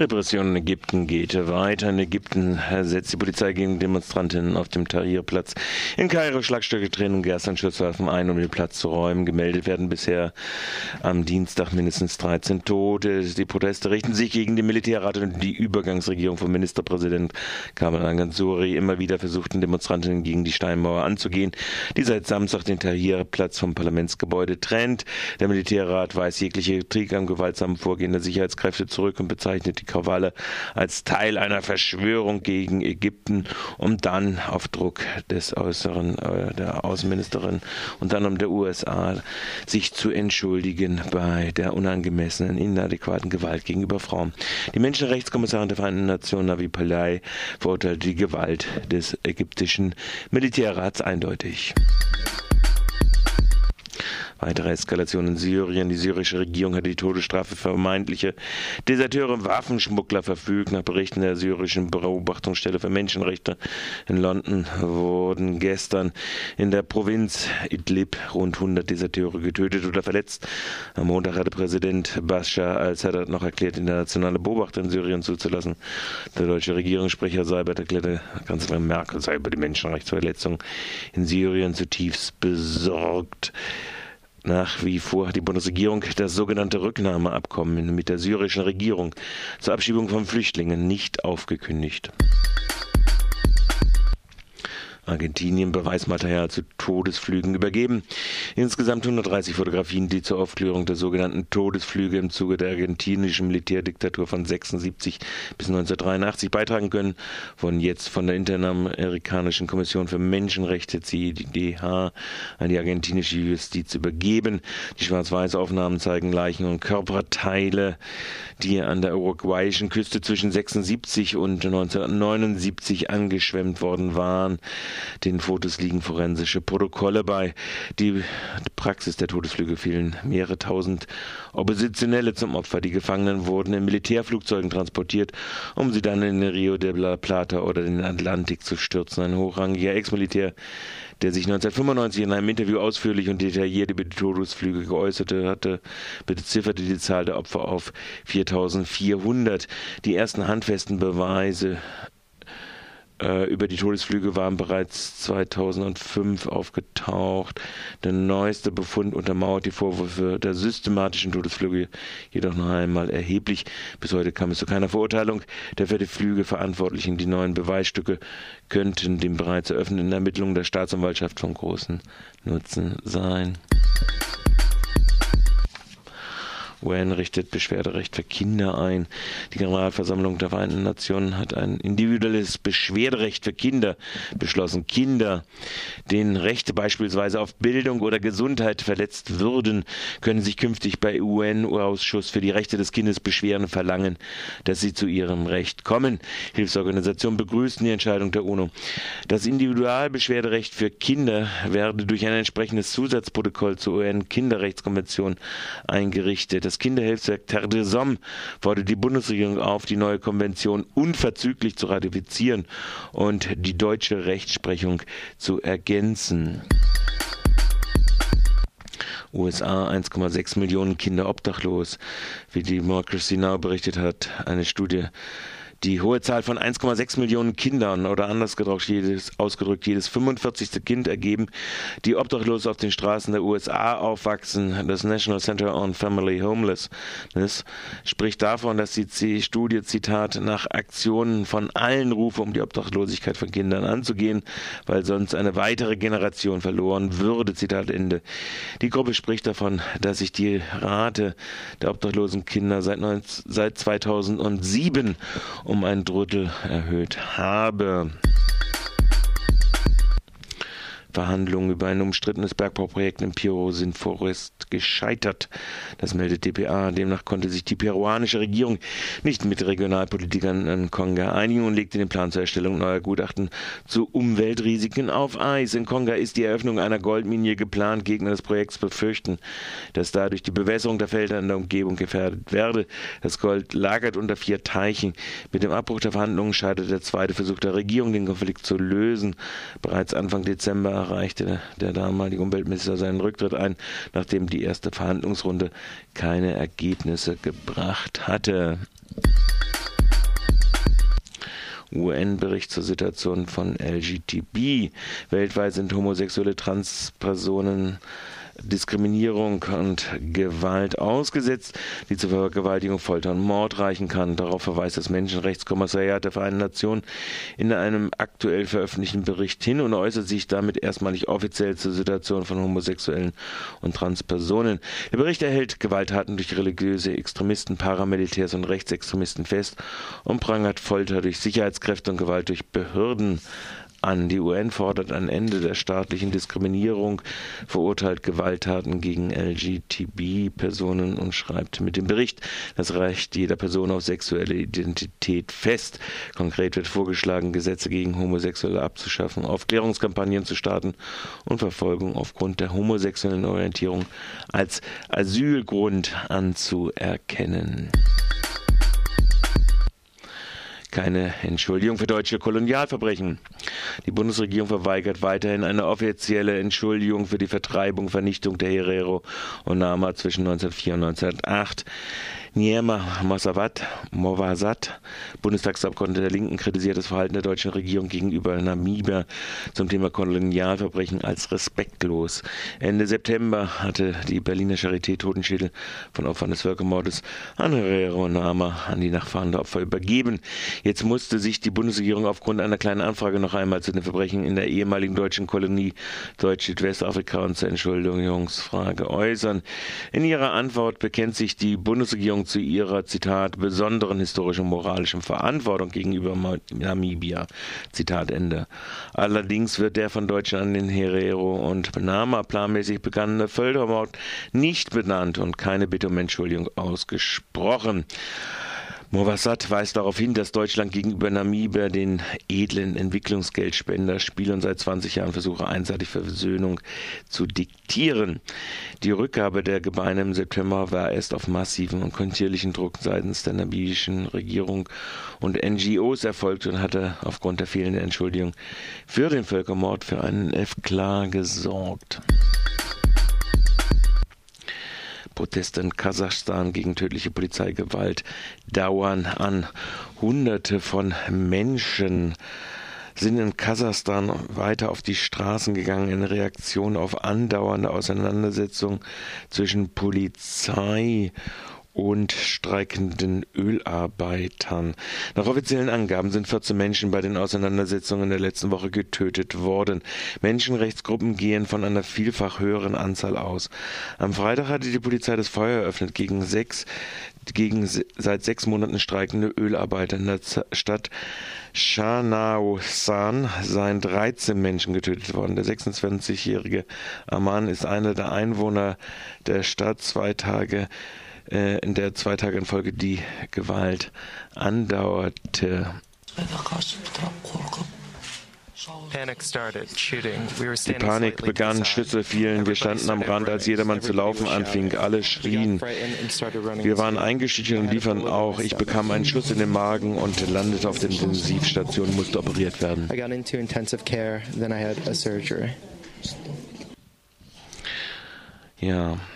Repression in Ägypten geht weiter. In Ägypten setzt die Polizei gegen Demonstrantinnen auf dem Tahrirplatz. In Kairo Schlagstöcke, Tränen und Gerstenschüsswaffen ein, um den Platz zu räumen. Gemeldet werden bisher am Dienstag mindestens 13 Tote. Die Proteste richten sich gegen den Militärrat und die Übergangsregierung von Ministerpräsident Kamal al-Ganzouri. Immer wieder versuchten Demonstrantinnen gegen die Steinmauer anzugehen, die seit Samstag den Tahrirplatz vom Parlamentsgebäude trennt. Der Militärrat weist jegliche Kritik am gewaltsamen Vorgehen der Sicherheitskräfte zurück und bezeichnet die Krawalle als Teil einer Verschwörung gegen Ägypten, um dann auf Druck der Außenministerin und dann der USA sich zu entschuldigen bei der unangemessenen, inadäquaten Gewalt gegenüber Frauen. Die Menschenrechtskommissarin der Vereinten Nationen, Navi Pillay, verurteilte die Gewalt des ägyptischen Militärrats eindeutig. Weitere Eskalation in Syrien. Die syrische Regierung hat die Todesstrafe für vermeintliche Deserteure und Waffenschmuggler verfügt. Nach Berichten der syrischen Beobachtungsstelle für Menschenrechte in London wurden gestern in der Provinz Idlib rund 100 Deserteure getötet oder verletzt. Am Montag hatte Präsident Bashar al-Assad noch erklärt, internationale Beobachter in Syrien zuzulassen. Der deutsche Regierungssprecher Seibert erklärte, Kanzlerin Merkel sei über die Menschenrechtsverletzungen in Syrien zutiefst besorgt. Nach wie vor hat die Bundesregierung das sogenannte Rücknahmeabkommen mit der syrischen Regierung zur Abschiebung von Flüchtlingen nicht aufgekündigt. Argentinien Beweismaterial zu Todesflügen übergeben. Insgesamt 130 Fotografien, die zur Aufklärung der sogenannten Todesflüge im Zuge der argentinischen Militärdiktatur von 1976 bis 1983 beitragen können, wurden jetzt von der Interamerikanischen Kommission für Menschenrechte CIDH an die argentinische Justiz übergeben. Die Schwarz-Weiß-Aufnahmen zeigen Leichen und Körperteile, die an der uruguayischen Küste zwischen 1976 und 1979 angeschwemmt worden waren. Den Fotos liegen forensische Protokolle bei. Die Praxis der Todesflüge fielen mehrere tausend Oppositionelle zum Opfer. Die Gefangenen wurden in Militärflugzeugen transportiert, um sie dann in Rio de la Plata oder den Atlantik zu stürzen. Ein hochrangiger Ex-Militär, der sich 1995 in einem Interview ausführlich und detailliert über die Todesflüge geäußert hatte, bezifferte die Zahl der Opfer auf 4.400. Die ersten handfesten Beweise über die Todesflüge waren bereits 2005 aufgetaucht. Der neueste Befund untermauert die Vorwürfe der systematischen Todesflüge jedoch noch einmal erheblich. Bis heute kam es zu keiner Verurteilung der für die Flüge Verantwortlichen. Die neuen Beweisstücke könnten den bereits eröffneten Ermittlungen der Staatsanwaltschaft von großem Nutzen sein. UN richtet Beschwerderecht für Kinder ein. Die Generalversammlung der Vereinten Nationen hat ein individuelles Beschwerderecht für Kinder beschlossen. Kinder, denen Rechte beispielsweise auf Bildung oder Gesundheit verletzt würden, können sich künftig bei UN-Ausschuss für die Rechte des Kindes beschweren und verlangen, dass sie zu ihrem Recht kommen. Hilfsorganisationen begrüßen die Entscheidung der UNO. Das Individualbeschwerderecht für Kinder werde durch ein entsprechendes Zusatzprotokoll zur UN-Kinderrechtskonvention eingerichtet. Das Kinderhilfswerk Terre des Hommes fordert die Bundesregierung auf, die neue Konvention unverzüglich zu ratifizieren und die deutsche Rechtsprechung zu ergänzen. USA 1,6 Millionen Kinder obdachlos. Wie die Democracy Now! Berichtet hat, eine Studie. Die hohe Zahl von 1,6 Millionen Kindern oder anders ausgedrückt jedes 45. Kind ergeben, die obdachlos auf den Straßen der USA aufwachsen. Das National Center on Family Homelessness spricht davon, dass die Studie, Zitat, nach Aktionen von allen rufe, um die Obdachlosigkeit von Kindern anzugehen, weil sonst eine weitere Generation verloren würde, Zitat Ende. Die Gruppe spricht davon, dass sich die Rate der obdachlosen Kinder seit 2007 um ein Drittel erhöht habe. Verhandlungen über ein umstrittenes Bergbauprojekt im Pireo sind vorerst gescheitert. Das meldet dpa. Demnach konnte sich die peruanische Regierung nicht mit Regionalpolitikern in Konga einigen und legte den Plan zur Erstellung neuer Gutachten zu Umweltrisiken auf Eis. In Konga ist die Eröffnung einer Goldmine geplant. Gegner des Projekts befürchten, dass dadurch die Bewässerung der Felder in der Umgebung gefährdet werde. Das Gold lagert unter 4 Teichen. Mit dem Abbruch der Verhandlungen scheitert der zweite Versuch der Regierung, den Konflikt zu lösen. Bereits Anfang Dezember reichte der damalige Umweltminister seinen Rücktritt ein, nachdem die erste Verhandlungsrunde keine Ergebnisse gebracht hatte. UN-Bericht zur Situation von LGTB. Weltweit sind homosexuelle Transpersonen Diskriminierung und Gewalt ausgesetzt, die zur Vergewaltigung, Folter und Mord reichen kann. Darauf verweist das Menschenrechtskommissariat der Vereinten Nationen in einem aktuell veröffentlichten Bericht hin und äußert sich damit erstmalig offiziell zur Situation von homosexuellen und Transpersonen. Der Bericht erhält Gewalttaten durch religiöse Extremisten, Paramilitärs und Rechtsextremisten fest und prangert Folter durch Sicherheitskräfte und Gewalt durch Behörden an. Die UN fordert ein Ende der staatlichen Diskriminierung, verurteilt Gewalttaten gegen LGTB-Personen und schreibt mit dem Bericht das Recht jeder Person auf sexuelle Identität fest. Konkret wird vorgeschlagen, Gesetze gegen Homosexuelle abzuschaffen, Aufklärungskampagnen zu starten und Verfolgung aufgrund der homosexuellen Orientierung als Asylgrund anzuerkennen. Keine Entschuldigung für deutsche Kolonialverbrechen. Die Bundesregierung verweigert weiterhin eine offizielle Entschuldigung für die Vertreibung, Vernichtung der Herero und Nama zwischen 1904 und 1908. Nyema Mowasat, Bundestagsabgeordneter der Linken, kritisiert das Verhalten der deutschen Regierung gegenüber Namibia zum Thema Kolonialverbrechen als respektlos. Ende September hatte die Berliner Charité Totenschädel von Opfern des Völkermordes an Herero und Nama an die Nachfahren der Opfer übergeben. Jetzt musste sich die Bundesregierung aufgrund einer kleinen Anfrage noch einmal zu den Verbrechen in der ehemaligen deutschen Kolonie Deutsch-Südwestafrika und zur Entschuldigungsfrage äußern. In ihrer Antwort bekennt sich die Bundesregierung zu ihrer, Zitat, besonderen historischen und moralischen Verantwortung gegenüber Namibia. Zitat Ende. Allerdings wird der von Deutschen an den Herero und Nama planmäßig begangene Völkermord nicht benannt und keine Bitte um Entschuldigung ausgesprochen. Mowasat weist darauf hin, dass Deutschland gegenüber Namibia den edlen Entwicklungsgeldspender spielt und seit 20 Jahren versuche, einseitig Versöhnung zu diktieren. Die Rückgabe der Gebeine im September war erst auf massiven und kontinuierlichen Druck seitens der namibischen Regierung und NGOs erfolgt und hatte aufgrund der fehlenden Entschuldigung für den Völkermord für einen Eklat gesorgt. Proteste in Kasachstan gegen tödliche Polizeigewalt dauern an. Hunderte von Menschen sind in Kasachstan weiter auf die Straßen gegangen in Reaktion auf andauernde Auseinandersetzungen zwischen Polizei und streikenden Ölarbeitern. Nach offiziellen Angaben sind 14 Menschen bei den Auseinandersetzungen in der letzten Woche getötet worden. Menschenrechtsgruppen gehen von einer vielfach höheren Anzahl aus. Am Freitag hatte die Polizei das Feuer eröffnet gegen seit 6 Monaten streikende Ölarbeiter in der Stadt Chanaosan seien 13 Menschen getötet worden. Der 26-jährige Aman ist einer der Einwohner der Stadt, in der 2 Tage in Folge die Gewalt andauerte. Die Panik begann, Schüsse fielen, wir standen am Rand, als jedermann zu laufen anfing, alle schrien. Wir waren eingeschüchtert und liefen auch. Ich bekam einen Schuss in den Magen und landete auf der Intensivstation und musste operiert werden. Ja.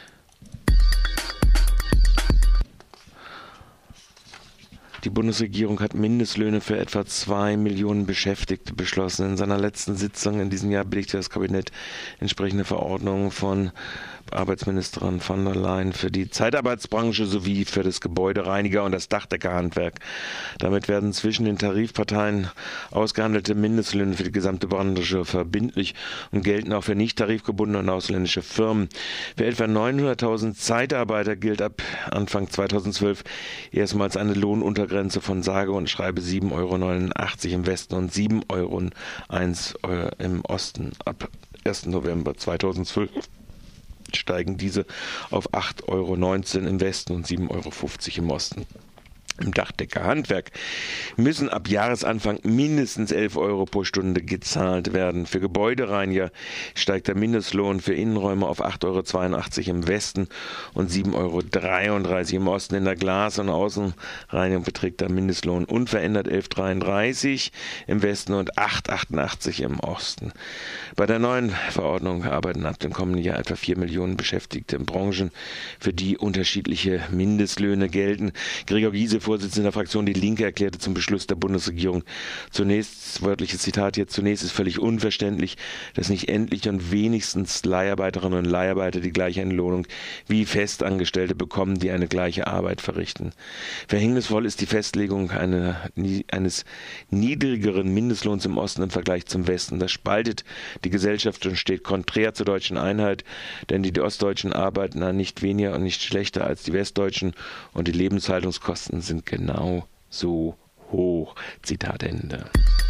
Die Bundesregierung hat Mindestlöhne für etwa 2 Millionen Beschäftigte beschlossen. In seiner letzten Sitzung in diesem Jahr billigte das Kabinett entsprechende Verordnungen von Arbeitsministerin von der Leyen für die Zeitarbeitsbranche sowie für das Gebäudereiniger- und das Dachdeckerhandwerk. Damit werden zwischen den Tarifparteien ausgehandelte Mindestlöhne für die gesamte Branche verbindlich und gelten auch für nicht tarifgebundene und ausländische Firmen. Für etwa 900.000 Zeitarbeiter gilt ab Anfang 2012 erstmals eine Lohnuntergrenze von sage und schreibe 7,89 € im Westen und 7,01 € im Osten. Ab 1. November 2012 steigen diese auf 8,19 € im Westen und 7,50 € im Osten. Im Dachdeckerhandwerk müssen ab Jahresanfang mindestens 11 € pro Stunde gezahlt werden. Für Gebäudereiniger steigt der Mindestlohn für Innenräume auf 8,82 € im Westen und 7,33 € im Osten. In der Glas- und Außenreinigung beträgt der Mindestlohn unverändert 11,33 € im Westen und 8,88 € im Osten. Bei der neuen Verordnung arbeiten ab dem kommenden Jahr etwa 4 Millionen Beschäftigte in Branchen, für die unterschiedliche Mindestlöhne gelten. Gregor Gysi, Vorsitzende der Fraktion Die Linke erklärte zum Beschluss der Bundesregierung zunächst, wörtliches Zitat jetzt, zunächst ist völlig unverständlich, dass nicht endlich und wenigstens Leiharbeiterinnen und Leiharbeiter die gleiche Entlohnung wie Festangestellte bekommen, die eine gleiche Arbeit verrichten. Verhängnisvoll ist die Festlegung eines niedrigeren Mindestlohns im Osten im Vergleich zum Westen. Das spaltet die Gesellschaft und steht konträr zur deutschen Einheit, denn die Ostdeutschen arbeiten nicht weniger und nicht schlechter als die Westdeutschen und die Lebenshaltungskosten sind genau so hoch. Zitat Ende.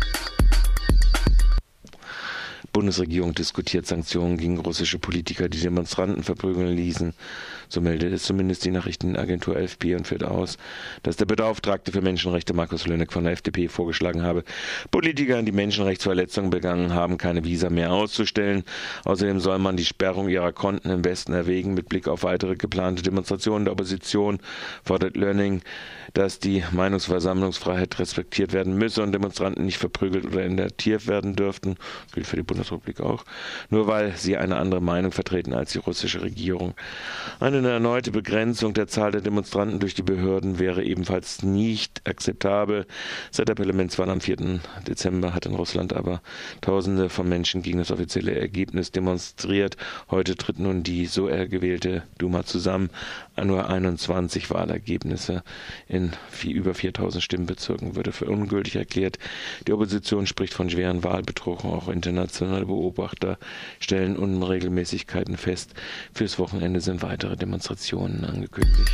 Bundesregierung diskutiert Sanktionen gegen russische Politiker, die Demonstranten verprügeln ließen. So meldet es zumindest die Nachrichtenagentur AFP und führt aus, dass der Beauftragte für Menschenrechte Markus Löneck von der FDP vorgeschlagen habe, Politikern, die Menschenrechtsverletzungen begangen haben, keine Visa mehr auszustellen. Außerdem soll man die Sperrung ihrer Konten im Westen erwägen. Mit Blick auf weitere geplante Demonstrationen der Opposition fordert Löneck, dass die Meinungsversammlungsfreiheit respektiert werden müsse und Demonstranten nicht verprügelt oder inhaftiert werden dürften. Gilt für die Bundesrepublik auch. Nur weil sie eine andere Meinung vertreten als die russische Regierung. Eine erneute Begrenzung der Zahl der Demonstranten durch die Behörden wäre ebenfalls nicht akzeptabel. Seit der Parlamentswahl am 4. Dezember hat in Russland aber Tausende von Menschen gegen das offizielle Ergebnis demonstriert. Heute tritt nun die so gewählte Duma zusammen. Nur 21 Wahlergebnisse in über 4000 Stimmbezirken würde für ungültig erklärt. Die Opposition spricht von schweren Wahlbetrug. Auch internationale Beobachter stellen Unregelmäßigkeiten fest. Fürs Wochenende sind weitere Demonstrationen angekündigt.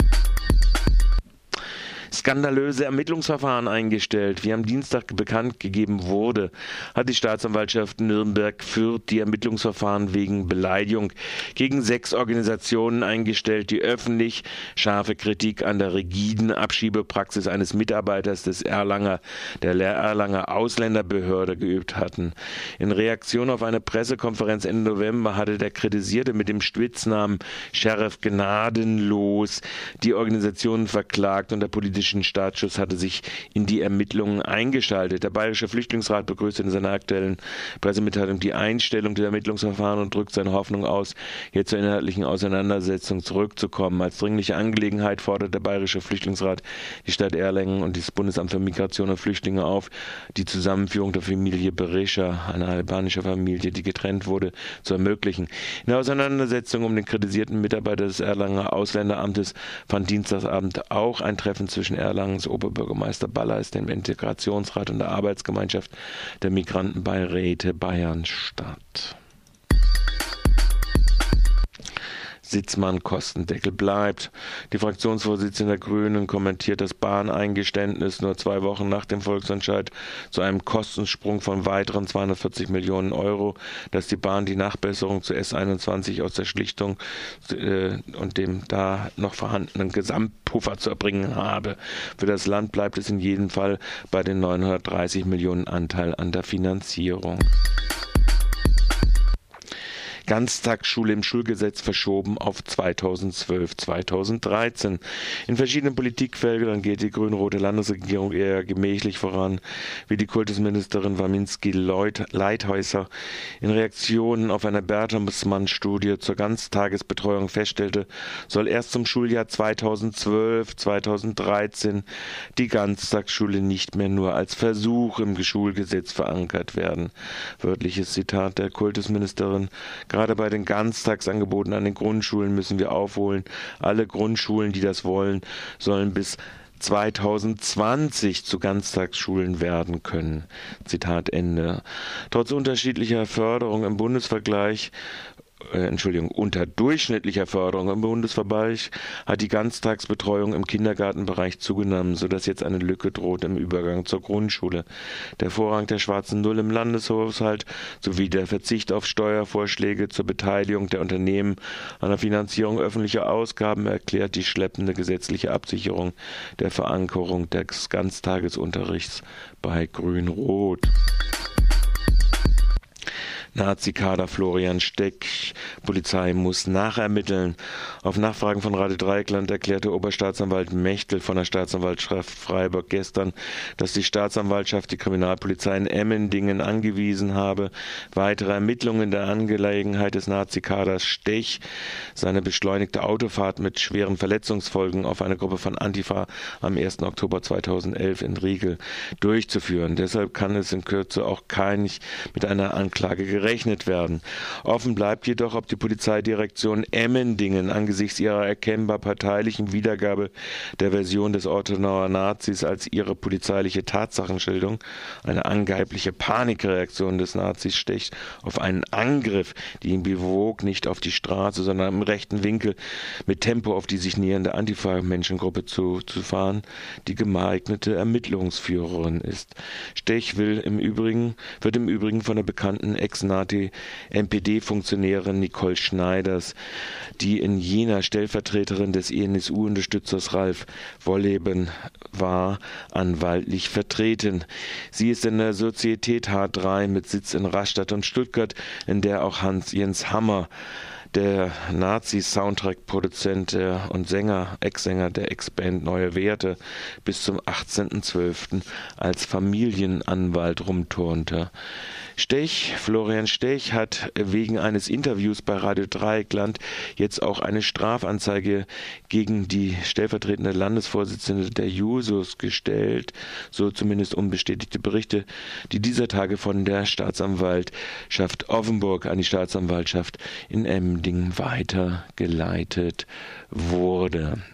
Skandalöse Ermittlungsverfahren eingestellt. Wie am Dienstag bekannt gegeben wurde, hat die Staatsanwaltschaft Nürnberg-Fürth die Ermittlungsverfahren wegen Beleidigung gegen 6 Organisationen eingestellt, die öffentlich scharfe Kritik an der rigiden Abschiebepraxis eines Mitarbeiters der Erlanger Ausländerbehörde geübt hatten. In Reaktion auf eine Pressekonferenz Ende November hatte der Kritisierte mit dem Spitznamen Sheriff Gnadenlos die Organisationen verklagt und der politische Staatsschutz hatte sich in die Ermittlungen eingeschaltet. Der Bayerische Flüchtlingsrat begrüßt in seiner aktuellen Pressemitteilung die Einstellung der Ermittlungsverfahren und drückt seine Hoffnung aus, hier zur inhaltlichen Auseinandersetzung zurückzukommen. Als dringliche Angelegenheit fordert der Bayerische Flüchtlingsrat die Stadt Erlangen und das Bundesamt für Migration und Flüchtlinge auf, die Zusammenführung der Familie Berisha, eine albanische Familie, die getrennt wurde, zu ermöglichen. In der Auseinandersetzung um den kritisierten Mitarbeiter des Erlanger Ausländeramtes fand Dienstagabend auch ein Treffen zwischen Erlangens Oberbürgermeister Balleis, dem Integrationsrat und der Arbeitsgemeinschaft der Migrantenbeiräte Bayern statt. Sitzmann-Kostendeckel bleibt. Die Fraktionsvorsitzende der Grünen kommentiert das Bahneingeständnis nur 2 Wochen nach dem Volksentscheid zu einem Kostensprung von weiteren 240 Millionen Euro, dass die Bahn die Nachbesserung zu S21 aus der Schlichtung und dem da noch vorhandenen Gesamtpuffer zu erbringen habe. Für das Land bleibt es in jedem Fall bei den 930 Millionen Anteil an der Finanzierung. Ganztagsschule im Schulgesetz verschoben auf 2012/2013. In verschiedenen Politikfeldern geht die grün-rote Landesregierung eher gemächlich voran, wie die Kultusministerin Waminski-Leithäuser in Reaktion auf eine Bertelsmann-Studie zur Ganztagesbetreuung feststellte, soll erst zum Schuljahr 2012/2013 die Ganztagsschule nicht mehr nur als Versuch im Schulgesetz verankert werden. Wörtliches Zitat der Kultusministerin: Gerade bei den Ganztagsangeboten an den Grundschulen müssen wir aufholen. Alle Grundschulen, die das wollen, sollen bis 2020 zu Ganztagsschulen werden können. Zitat Ende. Trotz unterschiedlicher Förderung im Bundesvergleich unterdurchschnittlicher Förderung im Bundesvergleich hat die Ganztagsbetreuung im Kindergartenbereich zugenommen, sodass jetzt eine Lücke droht im Übergang zur Grundschule. Der Vorrang der schwarzen Null im Landeshaushalt sowie der Verzicht auf Steuervorschläge zur Beteiligung der Unternehmen an der Finanzierung öffentlicher Ausgaben erklärt die schleppende gesetzliche Absicherung der Verankerung des Ganztagesunterrichts bei Grün-Rot. Nazi-Kader Florian Stech. Polizei muss nachermitteln. Auf Nachfragen von Radio Dreieckland erklärte Oberstaatsanwalt Mechtel von der Staatsanwaltschaft Freiburg gestern, dass die Staatsanwaltschaft die Kriminalpolizei in Emmendingen angewiesen habe, weitere Ermittlungen der Angelegenheit des Nazi-Kaders Stech, seine beschleunigte Autofahrt mit schweren Verletzungsfolgen auf eine Gruppe von Antifa am 1. Oktober 2011 in Riegel durchzuführen. Deshalb kann es in Kürze auch nicht mit einer Anklage gerechnet werden. Offen bleibt jedoch, ob die Polizeidirektion Emmendingen angesichts ihrer erkennbar parteilichen Wiedergabe der Version des Ortenauer Nazis als ihre polizeiliche Tatsachenschilderung, eine angebliche Panikreaktion des Nazis Stech auf einen Angriff, die ihn bewog, nicht auf die Straße, sondern im rechten Winkel mit Tempo auf die sich nähernde Antifa-Menschengruppe zu fahren, die geeignete Ermittlungsführerin ist. Stech wird im Übrigen von der bekannten Ex-NPD-Funktionärin Nicole Schneiders, die in Jena Stellvertreterin des NSU-Unterstützers Ralf Wolleben war, anwaltlich vertreten. Sie ist in der Sozietät H3 mit Sitz in Rastatt und Stuttgart, in der auch Hans-Jens Hammer, der Nazi-Soundtrack-Produzent und Ex-Sänger der Ex-Band Neue Werte, bis zum 18.12. als Familienanwalt rumturnte. Florian Stech hat wegen eines Interviews bei Radio Dreieckland jetzt auch eine Strafanzeige gegen die stellvertretende Landesvorsitzende der Jusos gestellt, so zumindest unbestätigte Berichte, die dieser Tage von der Staatsanwaltschaft Offenburg an die Staatsanwaltschaft in Emmendingen weitergeleitet wurde.